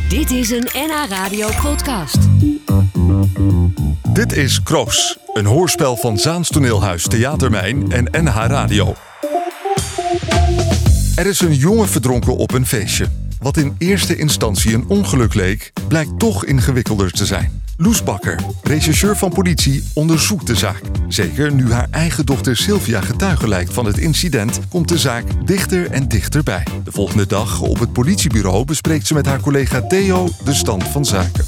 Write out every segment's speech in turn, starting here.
Dit is een NH Radio podcast. Dit is Kroos, een hoorspel van Zaans Toneelhuis Theatermijn en NH Radio. Er is een jongen verdronken op een feestje. Wat in eerste instantie een ongeluk leek, blijkt toch ingewikkelder te zijn. Loes Bakker, rechercheur van politie, onderzoekt de zaak. Zeker nu haar eigen dochter Sylvia getuige lijkt van het incident, komt de zaak dichter en dichterbij. De volgende dag op het politiebureau bespreekt ze met haar collega Theo de stand van zaken.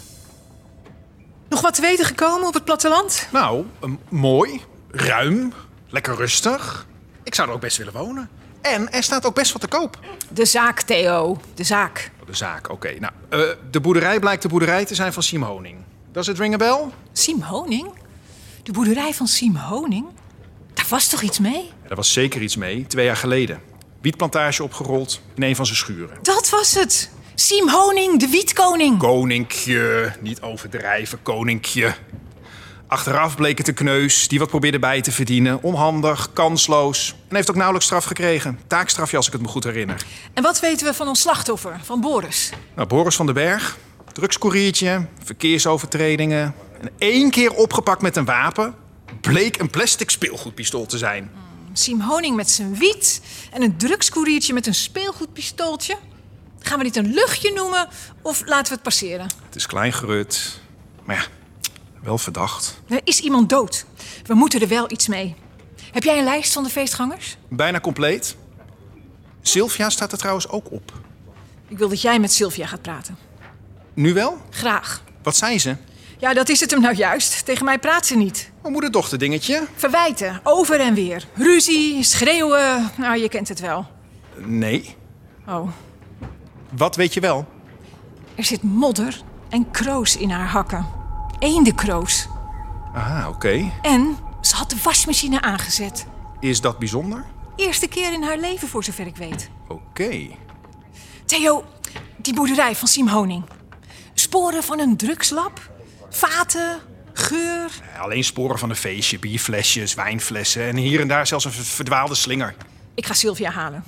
Nog wat te weten gekomen op het platteland? Nou, mooi, ruim, lekker rustig. Ik zou er ook best willen wonen. En er staat ook best wat te koop. De zaak, Theo. De zaak. De zaak, oké. Nou, de boerderij blijkt de boerderij te zijn van Siem Honing. Does it ring a bell? Siem Honing? De boerderij van Siem Honing? Daar was toch iets mee? Ja, daar was zeker iets mee, 2 jaar geleden. Wietplantage opgerold in een van zijn schuren. Dat was het. Siem Honing, de wietkoning. Koninkje, niet overdrijven, koninkje. Achteraf bleek het een kneus die wat probeerde bij te verdienen. Onhandig, kansloos. En heeft ook nauwelijks straf gekregen. Taakstrafje als ik het me goed herinner. En wat weten we van ons slachtoffer, van Boris? Nou, Boris van den Berg, drugscouriertje, verkeersovertredingen. En 1 keer opgepakt met een wapen. Bleek een plastic speelgoedpistool te zijn. Siem Honing met zijn wiet en een drugscouriertje met een speelgoedpistooltje. Gaan we dit een luchtje noemen of laten we het passeren? Het is klein gerut, maar ja, wel verdacht. Er is iemand dood. We moeten er wel iets mee. Heb jij een lijst van de feestgangers? Bijna compleet. Sylvia staat er trouwens ook op. Ik wil dat jij met Sylvia gaat praten. Nu wel? Graag. Wat zei ze? Ja, dat is het hem nou juist. Tegen mij praat ze niet. Mijn moeder-dochter dingetje? Verwijten, over en weer. Ruzie, schreeuwen. Nou, je kent het wel. Nee. Oh, Wat weet je wel? er zit modder en kroos in haar hakken. Eendenkroos. Aha, oké. En ze had de wasmachine aangezet. Is dat bijzonder? Eerste keer in haar leven, voor zover ik weet. Oké. Theo, die boerderij van Siem Honing. Sporen van een drugslab. Vaten, geur. Alleen sporen van een feestje, bierflesjes, wijnflessen en hier en daar zelfs een verdwaalde slinger. Ik ga Sylvia halen.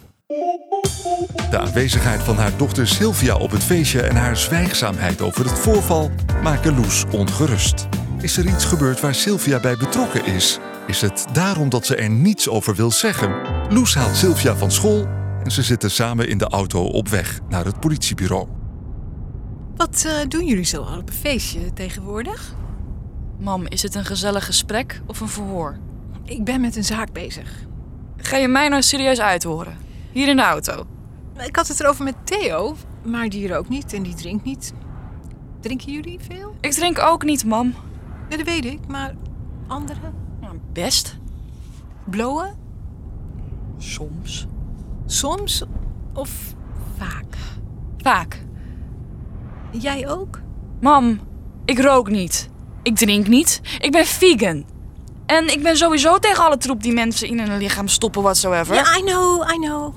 De aanwezigheid van haar dochter Sylvia op het feestje en haar zwijgzaamheid over het voorval maken Loes ongerust. Is er iets gebeurd waar Sylvia bij betrokken is? Is het daarom dat ze er niets over wil zeggen? Loes haalt Sylvia van school en ze zitten samen in de auto op weg naar het politiebureau. Wat doen jullie zo al op een feestje tegenwoordig? Mam, is het een gezellig gesprek of een verhoor? Ik ben met een zaak bezig. Ga je mij nou serieus uithoren? Hier in de auto? Ik had het erover met Theo, maar die rookt niet en die drinkt niet. Drinken jullie veel? Ik drink ook niet, mam. Ja, dat weet ik, maar anderen? Nou, best. Blowen? Soms. Soms of vaak? Vaak. Jij ook? Mam, ik rook niet. Ik drink niet. Ik ben vegan. En ik ben sowieso tegen alle troep die mensen in hun lichaam stoppen, whatsoever. Ja, I know.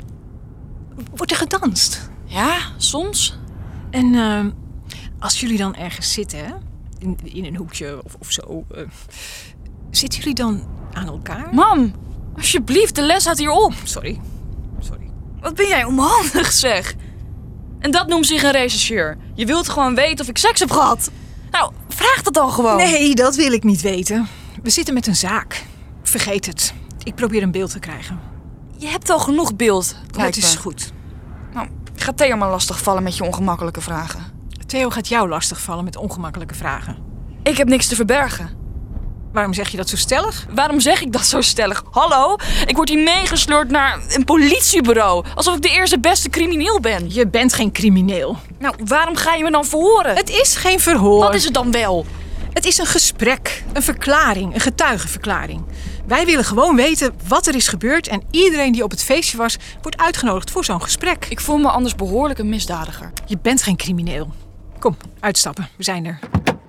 Wordt er gedanst? Ja, soms. En als jullie dan ergens zitten, hè? In een hoekje of zo, zitten jullie dan aan elkaar? Mam, alsjeblieft, de les houdt hier op. Sorry. Wat ben jij onhandig, zeg. En dat noemt zich een rechercheur. Je wilt gewoon weten of ik seks heb gehad. Nou, vraag dat dan gewoon. Nee, dat wil ik niet weten. We zitten met een zaak. Vergeet het. Ik probeer een beeld te krijgen. Je hebt al genoeg beeld, Dat lijkt is me. goed. Nou, ga Theo maar lastigvallen met je ongemakkelijke vragen. Theo gaat jou lastigvallen met ongemakkelijke vragen. Ik heb niks te verbergen. Waarom zeg je dat zo stellig? Waarom zeg ik dat zo stellig? Hallo? Ik word hier meegesleurd naar een politiebureau. Alsof ik de eerste beste crimineel ben. Je bent geen crimineel. Nou, waarom ga je me dan verhoren? Het is geen verhoor. Wat is het dan wel? Het is een gesprek, een verklaring, een getuigenverklaring. Wij willen gewoon weten wat er is gebeurd en iedereen die op het feestje was, wordt uitgenodigd voor zo'n gesprek. Ik voel me anders behoorlijk een misdadiger. Je bent geen crimineel. Kom, uitstappen. We zijn er.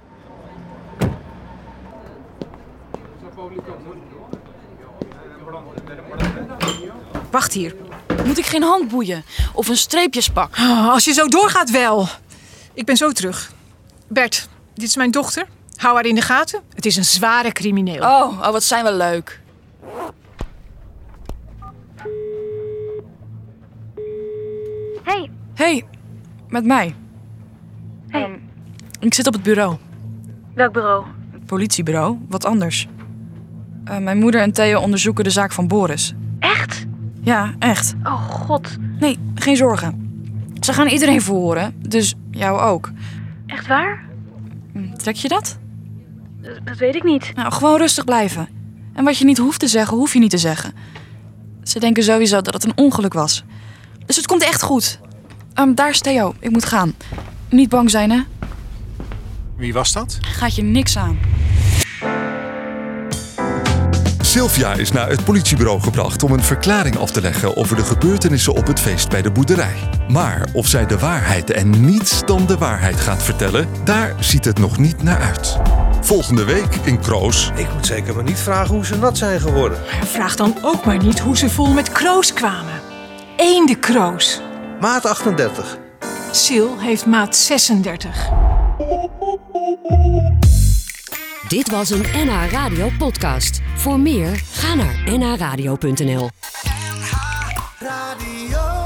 Wacht hier. Moet ik geen handboeien of een streepjespak? Oh, als je zo doorgaat wel. Ik ben zo terug. Bert, dit is mijn dochter. Hou haar in de gaten. Het is een zware crimineel. Oh, wat zijn we leuk. Hey, Hey, met mij. Hey. Ik zit op het bureau. Welk bureau? Het politiebureau, wat anders. Mijn moeder en Theo onderzoeken de zaak van Boris. Echt? Ja, echt. Oh god. Nee, geen zorgen. Ze gaan iedereen verhoren, dus jou ook. Echt waar? Trek je dat? Dat weet ik niet. Nou, gewoon rustig blijven. En wat je niet hoeft te zeggen, hoef je niet te zeggen. Ze denken sowieso dat het een ongeluk was. Dus het komt echt goed. Daar is Theo. Ik moet gaan. Niet bang zijn, hè? Wie was dat? Gaat je niks aan. Sylvia is naar het politiebureau gebracht om een verklaring af te leggen over de gebeurtenissen op het feest bij de boerderij. Maar of zij de waarheid en niets dan de waarheid gaat vertellen, daar ziet het nog niet naar uit. Volgende week in Kroos. Ik moet zeker maar niet vragen hoe ze nat zijn geworden. Vraag dan ook maar niet hoe ze vol met kroos kwamen. Eendekroos. Maat 38. Sil heeft maat 36. Dit was een NH Radio podcast. Voor meer, ga naar nhradio.nl. NH Radio.